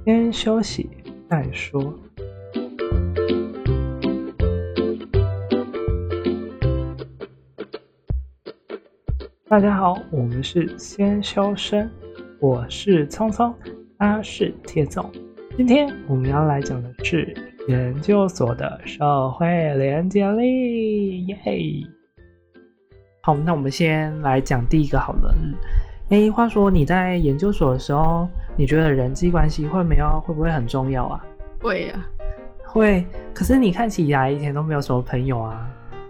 先休息再说。大家好，我们是先修身，我是聪聪，他是铁总。今天我们要来讲的是研究所的社会连结力，耶！好，那我们先来讲第一个好了。话说你在研究所的时候，你觉得人际关系会不会很重要啊？ 会啊， 会。可是你看起来以前都没有什么朋友啊。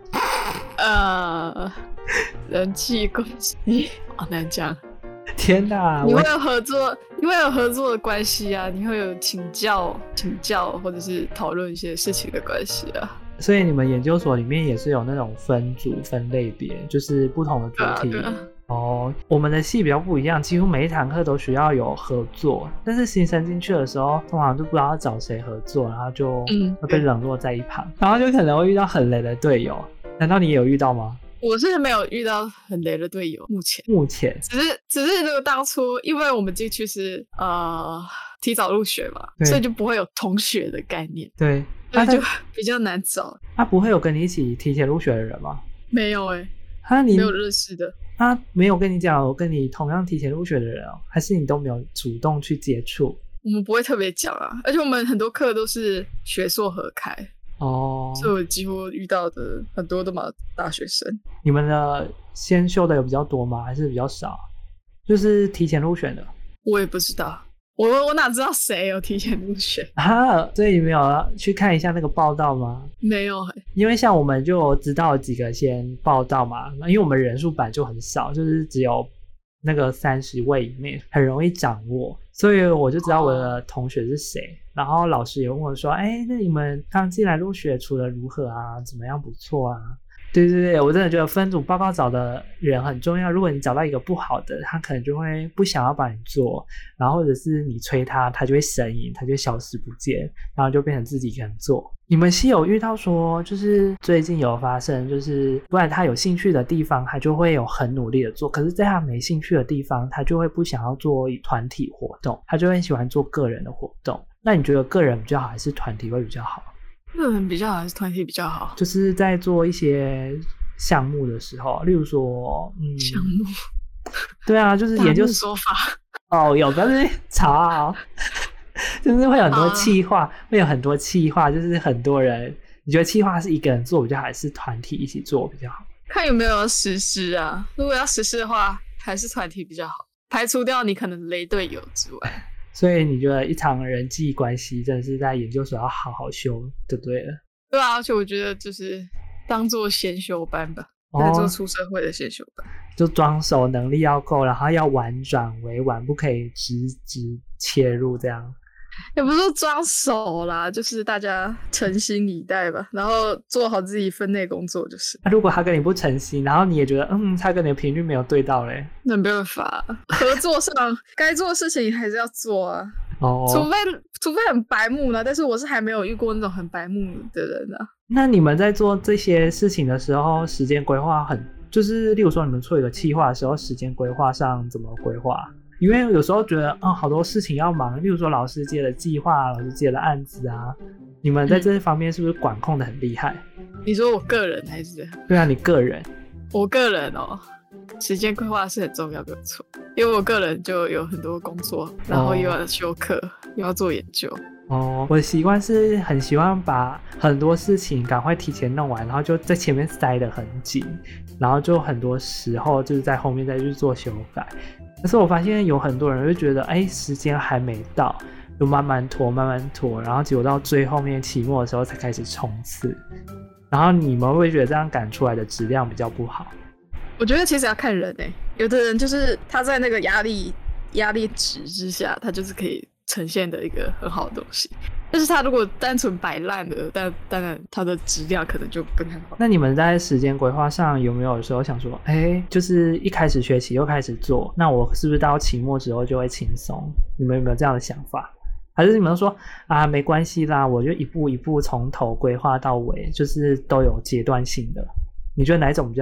人际关系好难讲。 天哪！ 你会有合作的关系啊，你会有请教或者是讨论一些事情的关系啊。 所以你们研究所里面也是有那种分组分类别，就是不同的主题。哦，我们的系比较不一样，几乎每一堂课都需要有合作，但是新生进去的时候，通常就不知道要找谁合作，然后就会被冷落在一旁，然后就可能会遇到很雷的队友。难道你也有遇到吗？ 我是没有遇到很雷的队友，目前只是这个当初，因为我们进去是提早入学嘛，所以就不会有同学的概念， 对， 所以就比较难找。 他不会有跟你一起提前入学的人吗？ 没有你没有认识的。 他没有跟你讲我跟你同样提前入学的人哦，还是你都没有主动去接触？ 我们不会特别讲啊，而且我们很多课都是学硕合开。所以我几乎遇到的很多都嘛大学生。 你们的先修的有比较多吗？还是比较少？就是提前入选的？我也不知道，我哪知道谁有提前入选啊？所以你没有去看一下那个报道吗？ 没有因为像我们就知道几个先报道嘛，因为我们人数本来就很少，就是只有那个30位以内，很容易掌握，所以我就知道我的同学是谁。然后老师也问我说：“那你们刚进来入学处得如何啊？怎么样不错啊？”对，我真的觉得分组报告找的人很重要。如果你找到一个不好的，他可能就会不想要帮你做，然后或者是你催他，他就会神隐，他就会消失不见，然后就变成自己一个人做。你们系有遇到说，就是最近有发生，就是不然他有兴趣的地方，他就会有很努力的做，可是在他没兴趣的地方，他就会不想要做团体活动，他就会喜欢做个人的活动。那你觉得个人比较好，还是团体会比较好？ 个人比较好还是团体比较好？ 就是在做一些项目的时候，例如说， 项目， 对啊，就是研究说法。 有，但是吵，就是会有很多企划，就是很多人。你觉得企划是一个人做比较好，还是团体一起做比较好？ 看有没有要实施啊。如果要实施的话，还是团体比较好，排除掉你可能雷队友之外。 所以你觉得一场人际关系真的是在研究所要好好修就对了。 对啊，而且我觉得就是当做先修班吧，当做出社会的先修班， 就装熟能力要够，然后要婉转委婉，不可以直切入这样。 也不是说装熟啦，就是大家诚心以待吧，然后做好自己分内工作就是。 如果他跟你不诚心，然后你也觉得他跟你的频率没有对到嘞， 那没办法，合作上该做的事情还是要做啊。除非很白目呢，但是我是还没有遇过那种很白目的人啊。那你们在做这些事情的时候，时间规划就是例如说你们做一个企划的时候，时间规划上怎么规划？因为有时候觉得好多事情要忙，例如说老师接的计划，老师接的案子啊，你们在这方面是不是管控的很厉害？ 你说我个人还是？ 对啊，你个人。我个人时间规划是很重要，没有错。因为我个人就有很多工作，然后又要修课，又要做研究。 我的习惯是很喜欢把很多事情赶快提前弄完，然后就在前面塞得很紧，然后就很多时候就是在后面再去做修改。可是我发现有很多人会觉得时间还没到，就慢慢拖，然后结果到最后面期末的时候才开始冲刺。然后你们会不会觉得这样赶出来的质量比较不好？ 我觉得其实要看人有的人就是他在那个压力值之下，他就是可以呈现的一个很好的东西。但是他如果单纯摆烂的，当然他的质量可能就不太好。 那你们在时间规划上有没有时候想说，就是一开始学期又开始做，那我是不是到期末之后就会轻松？你们有没有这样的想法？还是你们说没关系啦，我就一步一步从头规划到尾，就是都有阶段性的？你觉得哪一种比较好？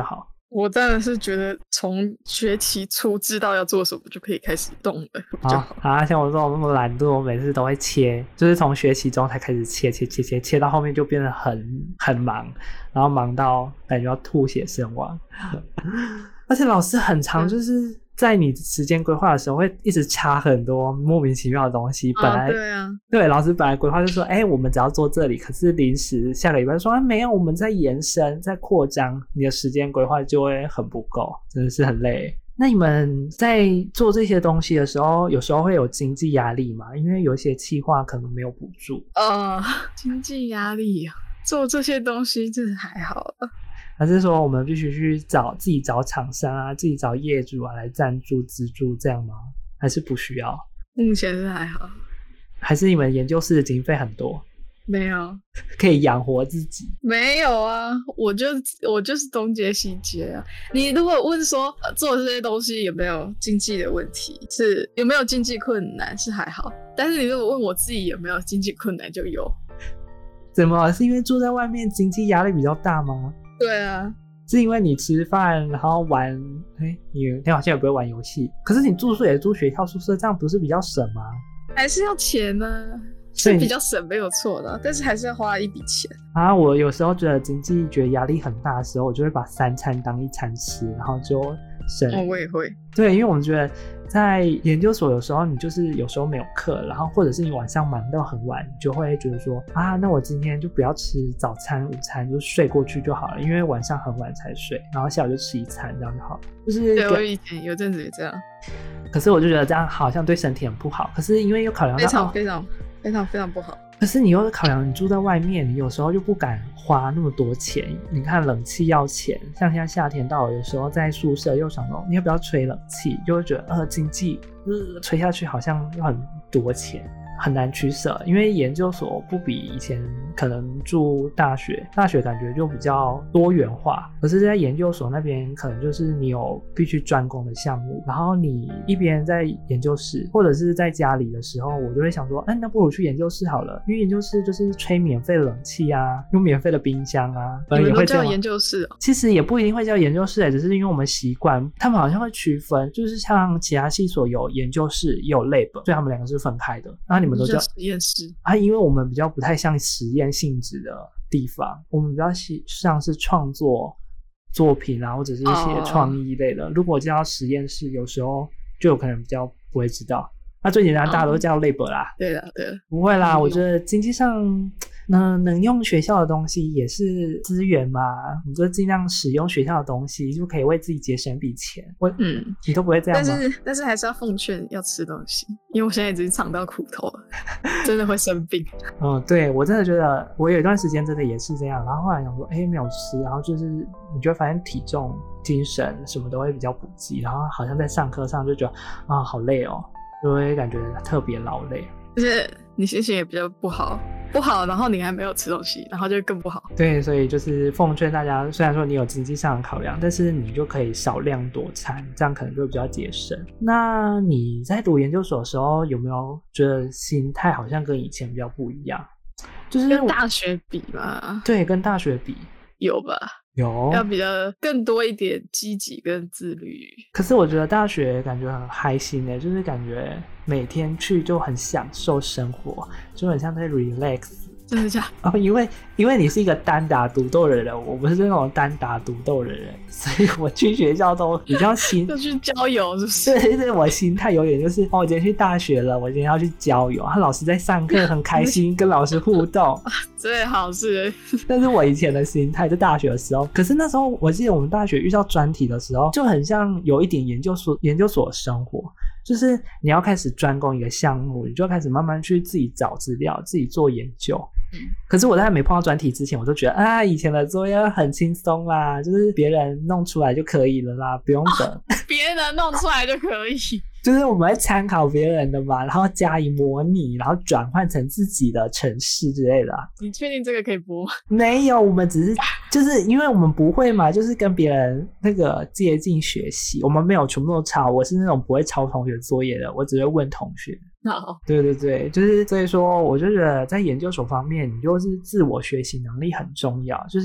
我当然是觉得从学期初知道要做什么就可以开始动了比较好。 像我这种那么懒惰，我每次都会切，就是从学期中才开始切到后面就变得很忙，然后忙到感觉要吐血身亡。而且老师很常就是在你时间规划的时候会一直插很多莫名其妙的东西。本来对啊， 对，老师本来规划就说我们只要做这里，可是临时下个礼拜说没有，我们在延伸在扩张，你的时间规划就会很不够，真的是很累。那你们在做这些东西的时候，有时候会有经济压力吗？因为有一些企划可能没有补助。 经济压力做这些东西真的还好了。 还是说我们必须去自己找厂商啊，自己找业主啊来赞助资助这样吗？还是不需要？ 目前是还好。 还是你们研究室的经费很多？ 没有， 可以养活自己？ 没有啊，我就是东接西接啊。你如果问说做这些东西有没有经济的问题，是有没有经济困难是还好，但是你如果问我自己有没有经济困难就有。 怎么？是因为住在外面经济压力比较大吗？ 对啊， 是因为你吃饭然后玩，你好像也不会玩游戏，可是你住宿也住学校宿舍，这样不是比较省吗？ 还是要钱呢，是比较省没有错的，但是还是要花一笔钱啊。我有时候觉得压力很大的时候，我就会把3餐当1餐吃，然后就省。 我也会。 对，因为我们觉得在研究所有时候你就是有时候没有课，然后或者是你晚上忙到很晚，你就会觉得说那我今天就不要吃早餐午餐，就睡过去就好了，因为晚上很晚才睡，然后下午就吃1餐这样就好。就是对，我以前有阵子也这样， 可是我就觉得这样好像对身体很不好，可是因为又考量到非常不好。 可是你又考量你住在外面，你有时候就不敢花那么多钱。你看冷气要钱，像现在夏天到了，有时候在宿舍又想说你要不要吹冷气，就会觉得经济吹下去好像又很多钱，很难取舍。因为研究所不比以前可能住大学感觉就比较多元化，可是在研究所那边可能就是你有必须专攻的项目，然后你一边在研究室或者是在家里的时候，我就会想说那不如去研究室好了，因为研究室就是吹免费的冷气啊，用免费的冰箱啊。 你们都叫研究室哦？ 其实也不一定会叫研究室，只是因为我们习惯，他们好像会区分，就是像其他系所有研究室也有 lab， 所以他们2个是分开的。你们都叫实验室因为我们比较不太像实验性质的地方，我们比较像是创作作品啊，或者是一些创意类的。如果叫实验室，有时候就有可能比较不会知道。最简单大家都叫 lab 啦。 对了， 不会啦，我觉得经济上能用学校的东西也是资源嘛，你就尽量使用学校的东西，就可以为自己节省一笔钱。你都不会这样吗？ 但是还是要奉劝要吃东西，因为我现在已经尝到苦头了，真的会生病。 对，我真的觉得我有一段时间真的也是这样，然后后来想说没有吃，然后就是你就会发现体重精神什么都会比较不济，然后好像在上课上就觉得好累哦，就会感觉特别劳累， 而且你心情也比较不好，然后你还没有吃东西，然后就更不好。 对，所以就是奉劝大家，虽然说你有经济上的考量，但是你就可以少量多餐，这样可能就比较节省。那你在读研究所的时候，有没有觉得心态好像跟以前比较不一样？就是跟大学比嘛？ 对，跟大学比有吧？ 有， 要比较更多一点积极跟自律。可是我觉得大学感觉很开心耶，就是感觉每天去就很享受生活，就很像在 relax。 真的假的？因为你是一个单打独斗的人，我不是那种单打独斗的人，所以我去学校都比较就去交友，是不是？ 对，我心态有点就是我今天去大学了，我今天要去交友，老师在上课很开心，跟老师互动， 最好是。 但是我以前的心态在大学的时候，可是那时候我记得我们大学遇到专题的时候，就很像有一点研究所的生活。就是你要开始专攻一个项目，你就开始慢慢去自己找资料，自己做研究。可是我在没碰到专题之前，我就觉得以前的作业很轻松啦，就是别人弄出来就可以了啦，不用等。 别人弄出来就可以。 就是我们会参考别人的嘛，然后加以模拟，然后转换成自己的程式之类的。 你确定这个可以播吗？ 没有，我们只是就是因为我们不会嘛，就是跟别人那个接近学习，我们没有全部都抄。我是那种不会抄同学作业的，我只会问同学。对，就是所以说我就觉得在研究所方面，你就是自我学习能力很重要，就是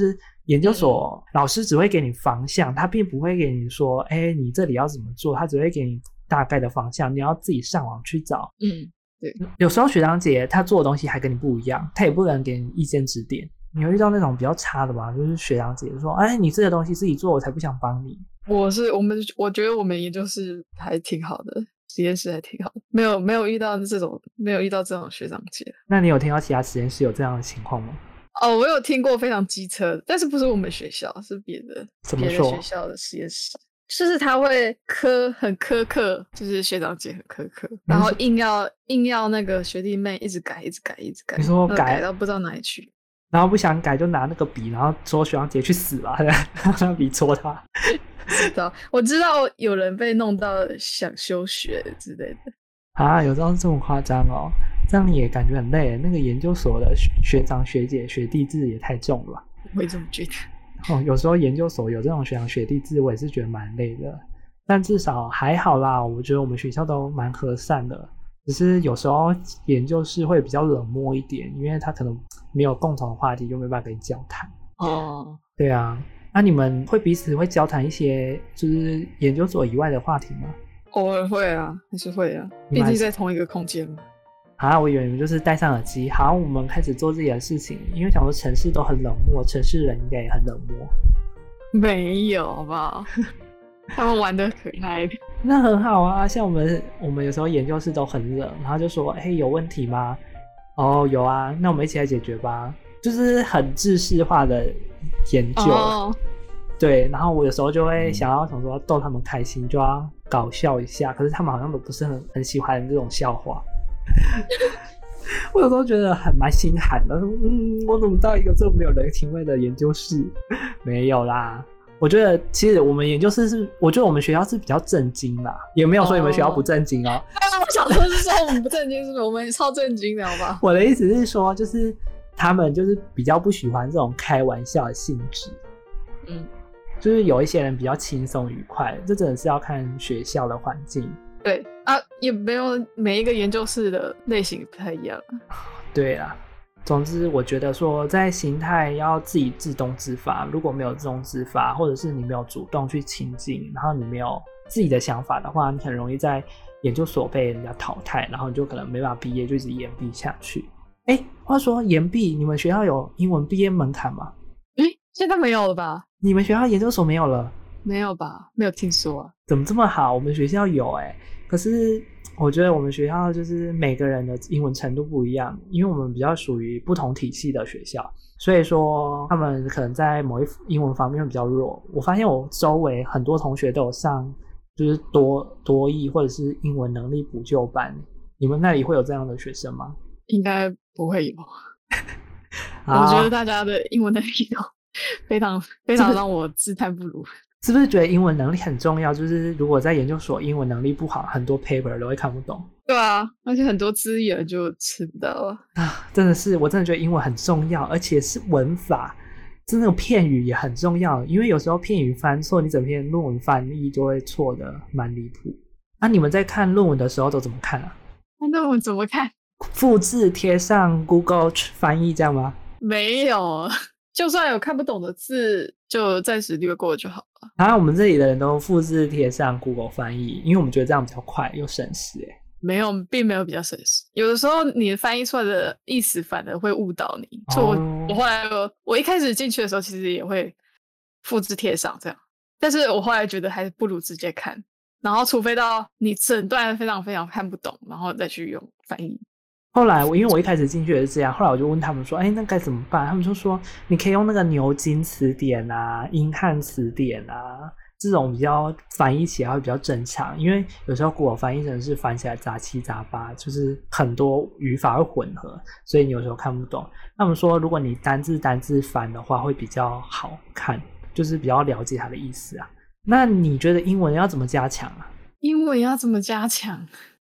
研究所老师只会给你方向，他并不会给你说你这里要怎么做，他只会给你大概的方向，你要自己上网去找。 对， 有时候学长姐他做的东西还跟你不一样，他也不能给你意见指点。你有遇到那种比较差的吧？就是学长姐说你这个东西自己做，我才不想帮你。 我觉得我们研究室还挺好的，实验室还挺好的，没有遇到这种学长姐。 那你有听到其他实验室有这样的情况吗？ 我有听过非常机车的，但是不是我们学校，是别的学校的实验室。就是他会很苛刻，就是学长姐很苛刻，然后硬要那个学弟妹一直改。 你说改到不知道哪里去， 然后不想改就拿那个笔，然后说学长姐去死吧，拿笔戳他。 我知道有人被弄到想休学之类的有这么夸张哦？这样你也感觉很累。那个研究所的学长学姐学弟制也太重了吧？ 我也这么觉得。 有时候研究所有这种学长学弟制，我也是觉得蛮累的。但至少还好啦，我觉得我们学校都蛮和善的。只是有时候研究室会比较冷漠一点，因为他可能没有共同的话题，就没办法跟你交谈。对啊。那你们会彼此会交谈一些就是研究所以外的话题吗？ 偶尔会啊，还是会啊，毕竟在同一个空间嘛。 我以为你们就是戴上耳机，好，我们开始做自己的事情。因为想说城市都很冷漠，城市人应该也很冷漠。 没有好不好？他们玩得可爱的。 那很好啊，像我们有时候研究室都很冷，然后就说有问题吗？有啊，那我们一起来解决吧。就是很制式化的研究。对，然后我有时候就会想说逗他们开心，就要搞笑一下，可是他们好像都不是很喜欢这种笑话。我有时候觉得蛮心寒的，我怎么到一个这么没有人情味的研究室？没有啦，我觉得其实我们研究室我觉得我们学校是比较正经啦，也没有说你们学校不正经哦。 我想说是说我们不正经，是不是？我们超正经的好不好？ 我的意思是说，就是他们就是比较不喜欢这种开玩笑的性质。就是有一些人比较轻松愉快，这真的是要看学校的环境。 对啊，也没有每一个研究室的类型不太一样。 对啦，总之我觉得说在心态要自己自动自发，如果没有自动自发，或者是你没有主动去亲近，然后你没有自己的想法的话，你很容易在研究所被人家淘汰，然后你就可能没办法毕业，就一直延毕下去。话说延毕，你们学校有英文毕业门槛吗？ 现在没有了吧？ 你们学校研究所没有了？ 没有吧？没有听说啊。 怎么这么好？我们学校有可是我觉得我们学校就是每个人的英文程度不一样，因为我们比较属于不同体系的学校，所以说他们可能在某一英文方面会比较弱。我发现我周围很多同学都有上就是多益或者是英文能力补救班，你们那里会有这样的学生吗？ 应该不会有。我觉得大家的英文能力都非常非常让我自叹不如。 是不是觉得英文能力很重要？就是如果在研究所英文能力不好，很多 paper 都会看不懂。 对啊，而且很多资源就吃不到真的是，我真的觉得英文很重要，而且是文法，真的片语也很重要。因为有时候片语翻错，你整篇论文翻译就会错的蛮离谱。你们在看论文的时候都怎么看啊？ 论文怎么看？ 复制贴上 Google 翻译这样吗？ 没有，就算有看不懂的字，就暂时略过就好了。 我们这里的人都复制贴上 Google 翻译，因为我们觉得这样比较快又省时。 没有，并没有比较省时。有的时候你翻译出来的意思反而会误导你。所以我后来我一开始进去的时候，其实也会复制贴上这样，但是我后来觉得还不如直接看，然后除非到你整段非常非常看不懂，然后再去用翻译。 后来因为我一开始进去也是这样，后来我就问他们说那该怎么办？他们就说你可以用那个牛津词典啊、英汉词典啊，这种比较翻译起来会比较正常。因为有时候Google翻译真的是翻起来杂七杂八，就是很多语法会混合，所以你有时候看不懂。他们说如果你单字翻的话会比较好看，就是比较了解它的意思啊。那你觉得英文要怎么加强啊？ 英文要怎么加强？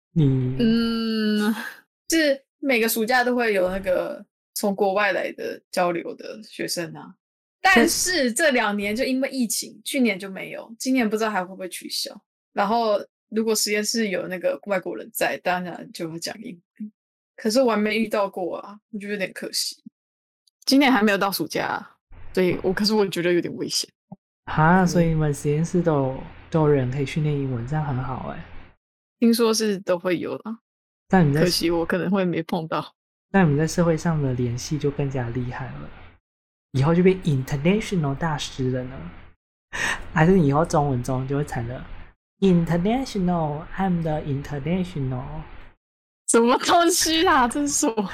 是每个暑假都会有那个从国外来的交流的学生啊，但是这2年就因为疫情，去年就没有，今年不知道还会不会取消。然后如果实验室有那个外国人在，当然就会讲英文。可是我还没遇到过啊，我觉得有点可惜。今年还没有到暑假可是我觉得有点危险啊。所以你们实验室都有人可以训练英文，这样很好哎。 听说是都会有啦， 但你在可惜我可能会没碰到。 但你们在社会上的联系就更加厉害了，以后就变 international 大师了呢？还是你以后中文中就会产了 international I'm the international 什么东西啦？这是什么？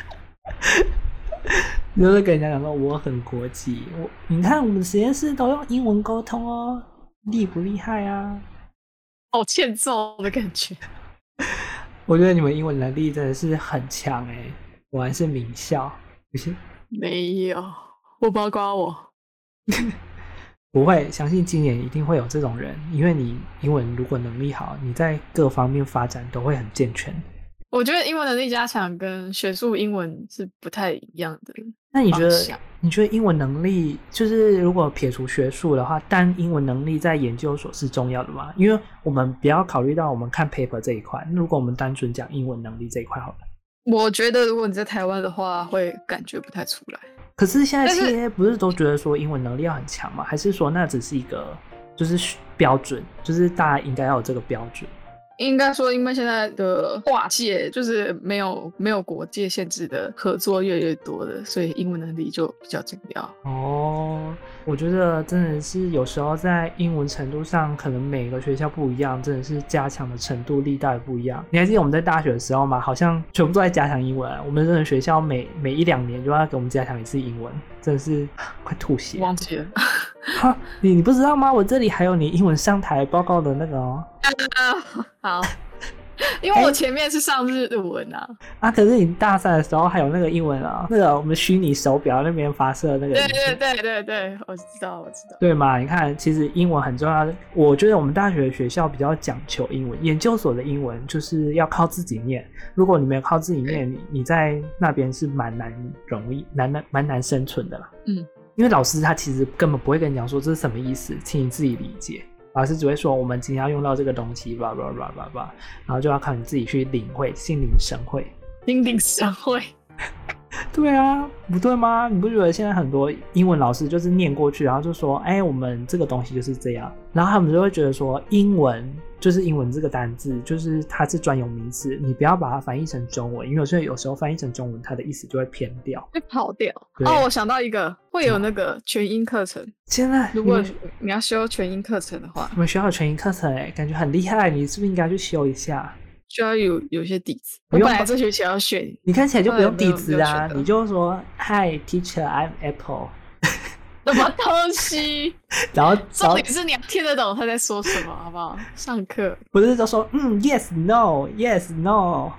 就是跟人家讲说我很国际，你看我们实验室都用英文沟通哦，厉不厉害啊？ 好欠揍的感觉。 我觉得你们英文能力真的是很强欸，果然是名校。 没有，不包括我。 不会，相信今年一定会有这种人，因为你英文如果能力好，你在各方面发展都会很健全。 我觉得英文能力加强跟学术英文是不太一样的。 那你觉得英文能力就是如果撇除学术的话，单英文能力在研究所是重要的吗？因为我们不要考虑到我们看 paper 这一块，如果我们单纯讲英文能力这一块好了。 我觉得如果你在台湾的话，会感觉不太出来。 可是现在企业不是都觉得说英文能力要很强吗？还是说那只是一个就是标准，就是大家应该要有这个标准？ 应该说，因为现在的跨界就是没有国界限制的合作越来越多的，所以英文能力就比较重要。 哦，我觉得真的是有时候在英文程度上，可能每个学校不一样，真的是加强的程度力道也不一样。你还记得我们在大学的时候吗？好像全部都在加强英文，我们真的学校每1-2年就要给我们加强一次英文，真的是快吐血。 忘记了。 哈，你不知道吗？我这里还有你英文上台报告的那个哦。 好，因为我前面是上日文啊。 可是你大三的时候还有那个英文啊，那个我们虚拟手表那边发射的那个。 对，我知道。 对嘛？你看，其实英文很重要。我觉得我们大学学校比较讲求英文，研究所的英文就是要靠自己念。如果你没有靠自己念，你在那边是蛮难生存的啦。因为老师他其实根本不会跟你讲说这是什么意思，请你自己理解。老师只会说我们今天要用到这个东西，叭叭叭叭叭，然后就要靠你自己去领会，心领神会。心领神会。对啊，不对吗？你不觉得现在很多英文老师就是念过去，然后就说我们这个东西就是这样，然后他们就会觉得说英文就是英文这个单字就是它是专有名词，你不要把它翻译成中文，因为有时候翻译成中文它的意思就会偏掉， 会跑掉。我想到一个，会有那个全英课程。现在如果你要修全英课程的话， 我们学校有全英课程感觉很厉害，你是不是应该去修一下？ 需要有些底子。我本来这学期要选， 你看起来就不用底子啊，你就说 Hi teacher, I'm Apple。 什么东西？ 然后重点是你要听得懂他在说什么，好不好？上课不是就说yes no yes no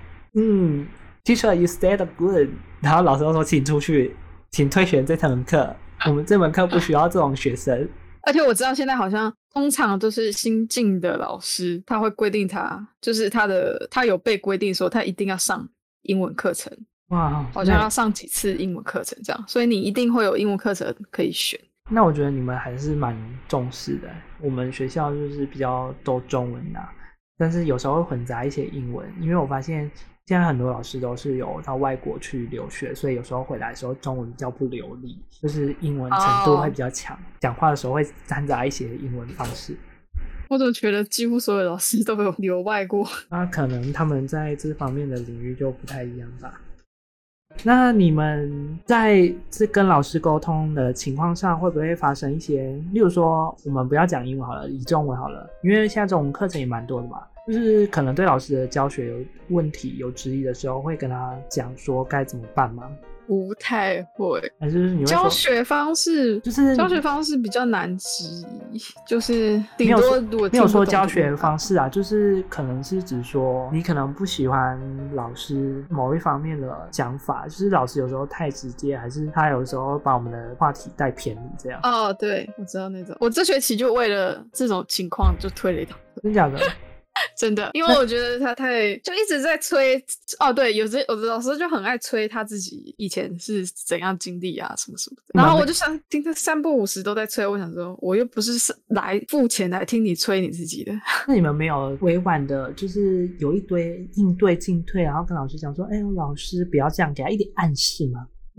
teacher you said good， 然后老师就说请出去，请退选这门课，我们这门课不需要这种学生。 而且我知道现在好像通常都是新进的老师，他会规定就是他有被规定说他一定要上英文课程。哇，好像要上几次英文课程这样，所以你一定会有英文课程可以选。 那我觉得你们还是蛮重视的。我们学校就是比较都中文啊，但是有时候会混杂一些英文，因为我发现现在很多老师都是有到外国去留学，所以有时候回来的时候中文比较不流利，就是英文程度会比较强，讲话的时候会掺杂一些英文方式。 我怎么觉得几乎所有老师都有留外过？ 那可能他们在这方面的领域就不太一样吧。那你们在跟老师沟通的情况上，会不会发生一些，例如说我们不要讲英文好了，以中文好了，因为现在中文课程也蛮多的嘛，就是可能对老师的教学有问题有质疑的时候，会跟他讲说该怎么办吗？ 不太会， 还是你会说教学方式比较难质疑，就是顶多如果没有说教学方式啊，就是可能是指说你可能不喜欢老师某一方面的讲法，就是老师有时候太直接，还是他有时候把我们的话题带偏离这样。 对，我知道那种。我这学期就为了这种情况就推了一堂课。 真假的？ 真的，因为我觉得他就一直在催。对，有的老师就很爱催他自己以前是怎样经历啊，什么什么的。然后我就想听他3不5时都在催，我想说我又不是来付钱来听你催你自己的。 那你们没有委婉的，就是有一堆应对进退，然后跟老师讲说，老师不要这样，给他一点暗示吗？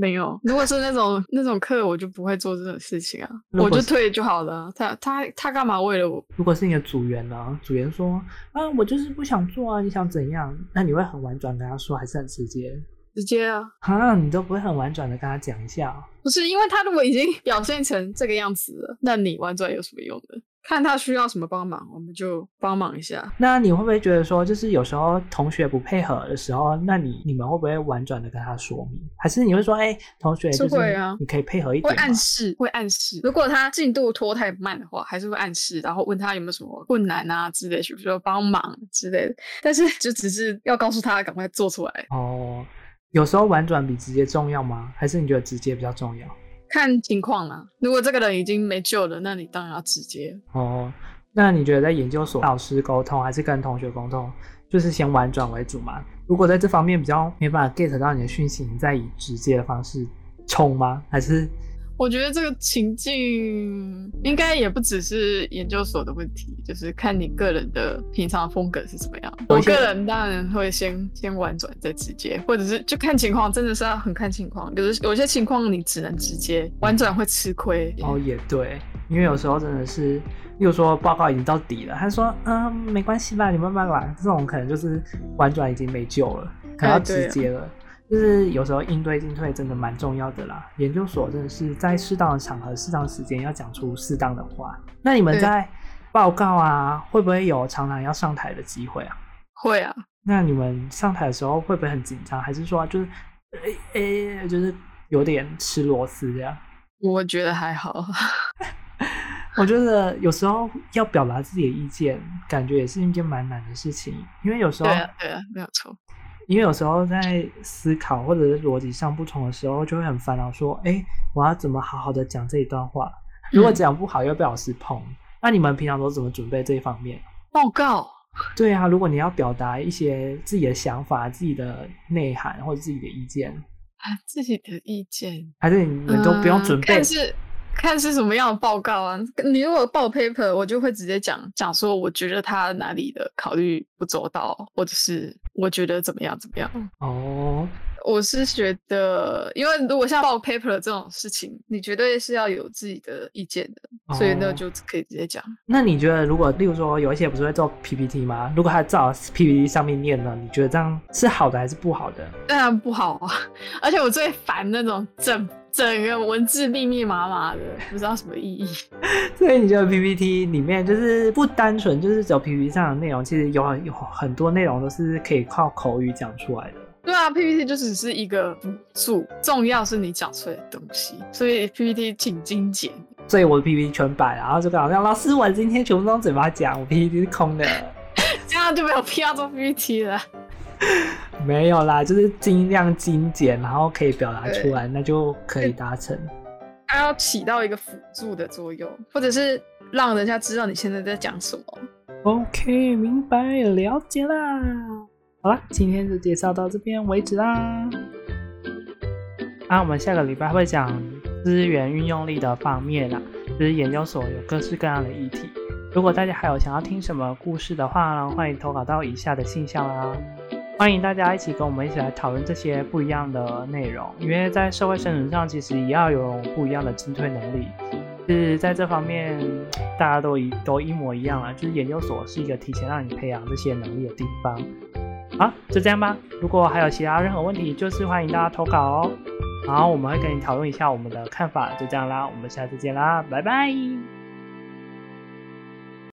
没有，如果是那种课，我就不会做这种事情啊，我就退就好了。他干嘛为了我？ 如果是你的组员呢？组员说啊，我就是不想做啊，你想怎样？那你会很婉转跟他说，还是很直接？ 直接啊！ 哈，你都不会很婉转的跟他讲一下哦？ 不是，因为他如果已经表现成这个样子了，那你婉转有什么用呢？看他需要什么帮忙，我们就帮忙一下。 那你会不会觉得说，就是有时候同学不配合的时候，那你们会不会婉转的跟他说明？还是你会说，同学就是你可以配合一点吗？ 会暗示。如果他进度拖太慢的话，还是会暗示，然后问他有没有什么困难啊之类的，比如说帮忙之类的。但是就只是要告诉他赶快做出来。 哦，有时候婉转比直接重要吗？还是你觉得直接比较重要？ 看情况啊，如果这个人已经没救了，那你当然要直接。 哦，那你觉得在研究所老师沟通还是跟同学沟通，就是先婉转为主嘛？如果在这方面比较没办法 get 到你的讯息，你再以直接的方式冲吗？还是？ 我觉得这个情境应该也不只是研究所的问题，就是看你个人的平常风格是怎么样。我个人当然会先婉转再直接，或者是就看情况，真的是要很看情况。有些情况你只能直接，婉转会吃亏。 哦，也对，因为有时候真的是，例如说报告已经到底了，他说没关系吧，你慢慢来，这种可能就是婉转已经没救了，可能要直接了。就是有时候应对进退真的蛮重要的啦。研究所真的是在适当的场合、适当的时间要讲出适当的话。那你们在报告啊，会不会有常常要上台的机会啊？ 会啊。 那你们上台的时候会不会很紧张，还是说就是就是有点吃螺丝这样？ 我觉得还好。 我觉得有时候要表达自己的意见，感觉也是一件蛮难的事情，因为有时候对啊，没有错。 因为有时候在思考或者是逻辑上不同的时候，就会很烦恼说，我要怎么好好的讲这一段话？如果讲不好又被老师碰，那你们平常都怎么准备这一方面？ 报告。 对啊，如果你要表达一些自己的想法、自己的内涵或者自己的意见自己的意见， 还是你们都不用准备？ 看是什么样的报告啊？你如果报 paper， 我就会直接讲说，我觉得他哪里的考虑不周到，或者是我觉得怎么样。哦，我是觉得，因为如果像报 paper 这种事情，你绝对是要有自己的意见的，所以那就可以直接讲。那你觉得，如果例如说有一些不是会做 PPT 吗？如果他照 PPT 上面念呢，你觉得这样是好的还是不好的？ 当然不好啊！而且我最烦那种整个文字密密麻麻的，不知道什么意义。 所以你觉得 PPT 里面就是不单纯就是只有 PPT 上的内容，其实有很多内容都是可以靠口语讲出来的。 对啊， PPT 就只是一个辅助，重要是你讲出来的东西，所以 PPT 挺精简。 所以我的 PPT 全白，然后就好像老师我今天全部都用嘴巴讲，我 PPT 是空的。 这样就没有必要做 PPT 了。 没有啦，就是尽量精简，然后可以表达出来，那就可以达成。 它要起到一个辅助的作用，或者是让人家知道你现在在讲什么。 OK， 明白了解啦。好啦，今天就介绍到这边为止啦。我们下个礼拜会讲资源运用力的方面啦，就是研究所有各式各样的议题。如果大家还有想要听什么故事的话呢，欢迎投稿到以下的信箱啦。欢迎大家一起跟我们一起来讨论这些不一样的内容，因为在社会生存上其实也要有不一样的进退能力。就是在这方面大家都一模一样啦，就是研究所是一个提前让你培养这些能力的地方。好，就这样吧。如果还有其他任何问题，就是欢迎大家投稿哦。然后我们会跟你讨论一下我们的看法，就这样啦，我们下次见啦，拜拜。